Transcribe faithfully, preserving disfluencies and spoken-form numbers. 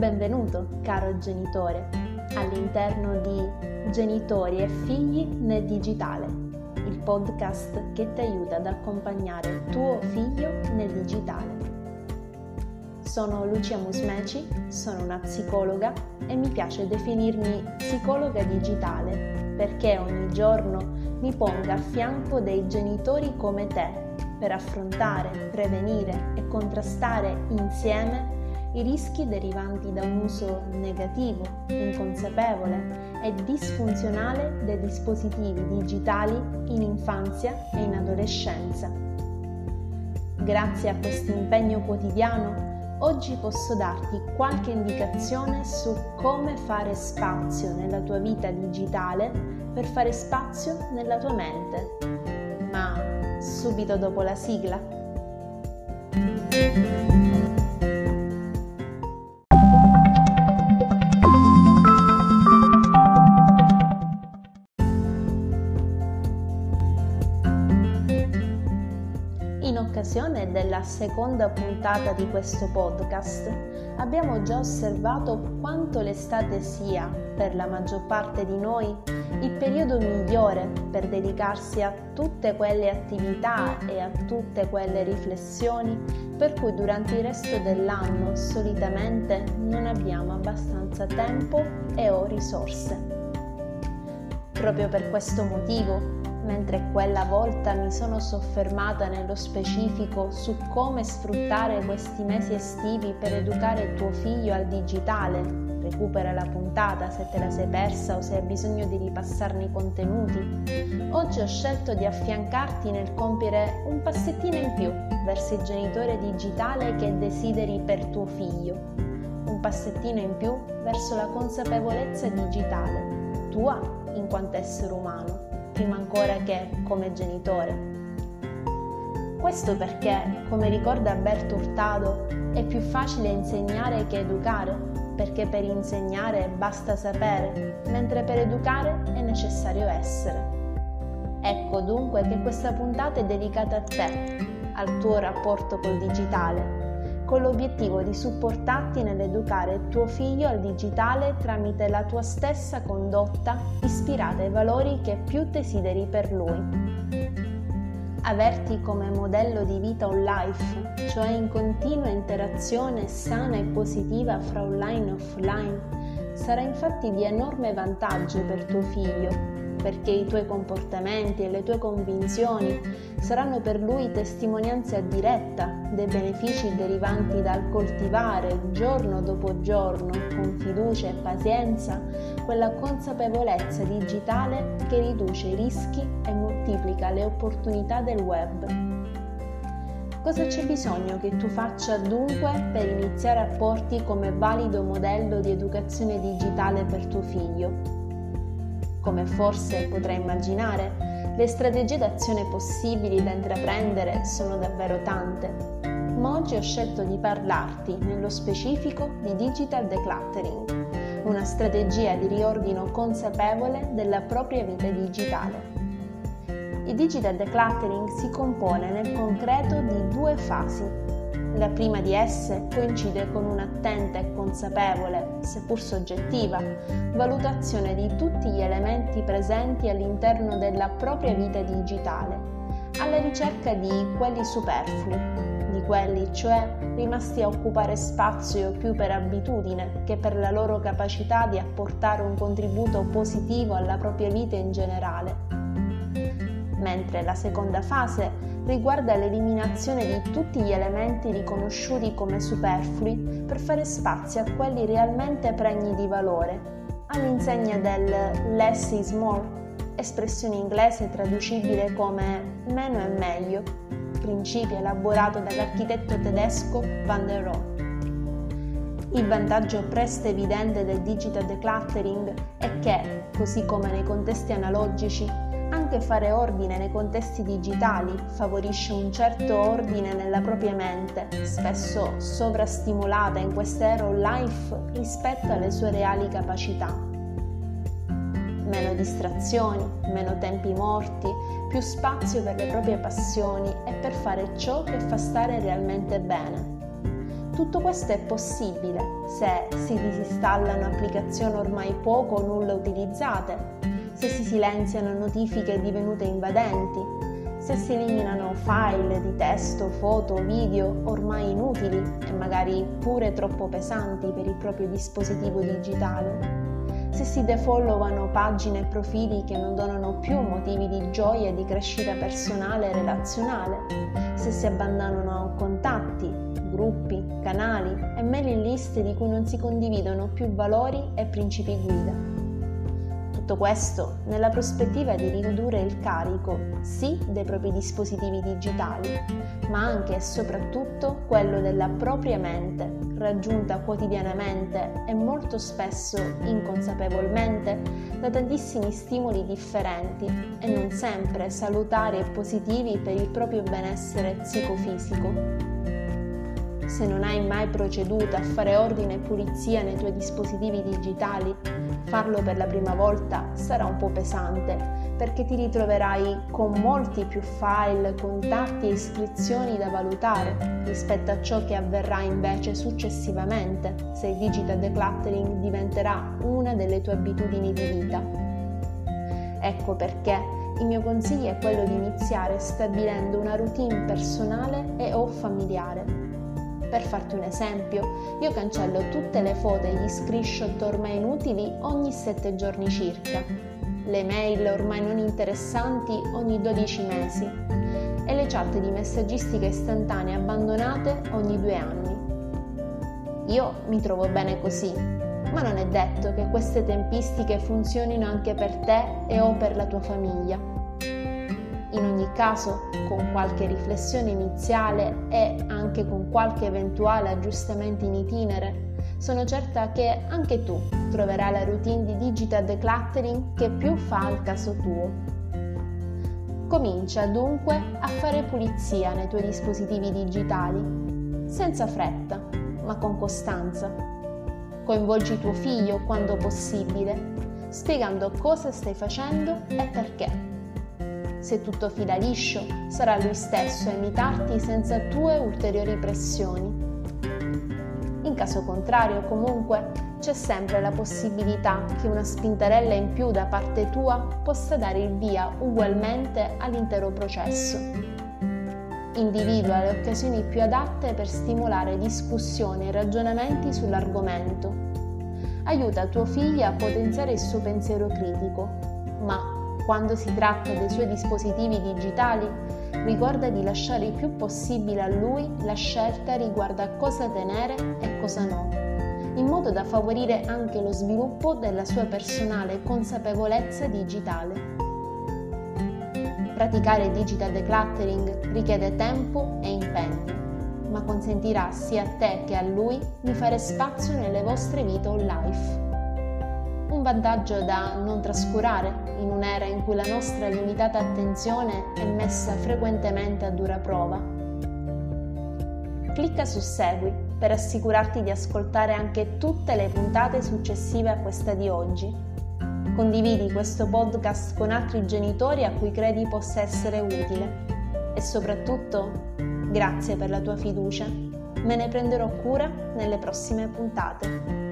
Benvenuto, caro genitore, all'interno di Genitori e Figli nel Digitale, il podcast che ti aiuta ad accompagnare tuo figlio nel digitale. Sono Lucia Musmeci, sono una psicologa e mi piace definirmi psicologa digitale perché ogni giorno mi pongo a fianco dei genitori come te per affrontare, prevenire e contrastare insieme i rischi derivanti da un uso negativo, inconsapevole e disfunzionale dei dispositivi digitali in infanzia e in adolescenza. Grazie a questo impegno quotidiano, oggi posso darti qualche indicazione su come fare spazio nella tua vita digitale per fare spazio nella tua mente. Ma subito dopo la sigla. In occasione della seconda puntata di questo podcast abbiamo già osservato quanto l'estate sia, per la maggior parte di noi, il periodo migliore per dedicarsi a tutte quelle attività e a tutte quelle riflessioni per cui durante il resto dell'anno solitamente non abbiamo abbastanza tempo e o risorse. Proprio per questo motivo, mentre quella volta mi sono soffermata nello specifico su come sfruttare questi mesi estivi per educare tuo figlio al digitale, recupera la puntata se te la sei persa o se hai bisogno di ripassarne i contenuti, oggi ho scelto di affiancarti nel compiere un passettino in più verso il genitore digitale che desideri per tuo figlio, un passettino in più verso la consapevolezza digitale, tua in quanto essere umano, prima ancora che come genitore. Questo perché, come ricorda Alberto Hurtado, è più facile insegnare che educare, perché per insegnare basta sapere, mentre per educare è necessario essere. Ecco dunque che questa puntata è dedicata a te, al tuo rapporto col digitale, con l'obiettivo di supportarti nell'educare tuo figlio al digitale tramite la tua stessa condotta ispirata ai valori che più desideri per lui. Averti come modello di vita on life, cioè in continua interazione sana e positiva fra online e offline, sarà infatti di enorme vantaggio per tuo figlio, perché i tuoi comportamenti e le tue convinzioni saranno per lui testimonianza diretta dei benefici derivanti dal coltivare giorno dopo giorno, con fiducia e pazienza, quella consapevolezza digitale che riduce i rischi e moltiplica le opportunità del web. Cosa c'è bisogno che tu faccia dunque per iniziare a porti come valido modello di educazione digitale per tuo figlio? Come forse potrai immaginare, le strategie d'azione possibili da intraprendere sono davvero tante, ma oggi ho scelto di parlarti nello specifico di Digital Decluttering, una strategia di riordino consapevole della propria vita digitale. Il Digital Decluttering si compone nel concreto di due fasi. La prima di esse coincide con un'attenta e consapevole, seppur soggettiva, valutazione di tutti gli elementi presenti all'interno della propria vita digitale, alla ricerca di quelli superflui, di quelli cioè rimasti a occupare spazio più per abitudine che per la loro capacità di apportare un contributo positivo alla propria vita in generale. Mentre la seconda fase riguarda l'eliminazione di tutti gli elementi riconosciuti come superflui per fare spazio a quelli realmente pregni di valore, all'insegna del less is more, espressione inglese traducibile come meno è meglio, principio elaborato dall'architetto tedesco Van der Rohe. Il vantaggio presto evidente del digital decluttering è che, così come nei contesti analogici, anche fare ordine nei contesti digitali favorisce un certo ordine nella propria mente, spesso sovrastimolata in quest'era life rispetto alle sue reali capacità. Meno distrazioni, meno tempi morti, più spazio per le proprie passioni e per fare ciò che fa stare realmente bene. Tutto questo è possibile se si disinstallano applicazioni ormai poco o nulla utilizzate, se si silenziano notifiche divenute invadenti, se si eliminano file di testo, foto, video ormai inutili e magari pure troppo pesanti per il proprio dispositivo digitale, se si defollowano pagine e profili che non donano più motivi di gioia e di crescita personale e relazionale, se si abbandonano contatti, gruppi, canali e mailing list di cui non si condividono più valori e principi guida. Tutto questo nella prospettiva di ridurre il carico, sì, dei propri dispositivi digitali, ma anche e soprattutto quello della propria mente, raggiunta quotidianamente e molto spesso inconsapevolmente da tantissimi stimoli differenti e non sempre salutari e positivi per il proprio benessere psicofisico. Se non hai mai proceduto a fare ordine e pulizia nei tuoi dispositivi digitali, farlo per la prima volta sarà un po' pesante, perché ti ritroverai con molti più file, contatti e iscrizioni da valutare rispetto a ciò che avverrà invece successivamente, se il digital decluttering diventerà una delle tue abitudini di vita. Ecco perché il mio consiglio è quello di iniziare stabilendo una routine personale e o familiare. Per farti un esempio, io cancello tutte le foto e gli screenshot ormai inutili ogni sette giorni circa, le mail ormai non interessanti ogni dodici mesi e le chat di messaggistica istantanea abbandonate ogni due anni. Io mi trovo bene così, ma non è detto che queste tempistiche funzionino anche per te e o per la tua famiglia. In ogni caso, con qualche riflessione iniziale e anche con qualche eventuale aggiustamento in itinere, sono certa che anche tu troverai la routine di digital decluttering che più fa al caso tuo. Comincia dunque a fare pulizia nei tuoi dispositivi digitali, senza fretta, ma con costanza. Coinvolgi tuo figlio quando possibile, spiegando cosa stai facendo e perché. Se tutto fila liscio, sarà lui stesso a imitarti senza tue ulteriori pressioni. In caso contrario, comunque, c'è sempre la possibilità che una spintarella in più da parte tua possa dare il via ugualmente all'intero processo. Individua le occasioni più adatte per stimolare discussioni e ragionamenti sull'argomento. Aiuta tuo figlio a potenziare il suo pensiero critico, ma quando si tratta dei suoi dispositivi digitali, ricorda di lasciare il più possibile a lui la scelta riguardo a cosa tenere e cosa no, in modo da favorire anche lo sviluppo della sua personale consapevolezza digitale. Praticare digital decluttering richiede tempo e impegno, ma consentirà sia a te che a lui di fare spazio nelle vostre vite on life. Un vantaggio da non trascurare in un'era in cui la nostra limitata attenzione è messa frequentemente a dura prova. Clicca su Segui per assicurarti di ascoltare anche tutte le puntate successive a questa di oggi. Condividi questo podcast con altri genitori a cui credi possa essere utile e soprattutto grazie per la tua fiducia. Me ne prenderò cura nelle prossime puntate.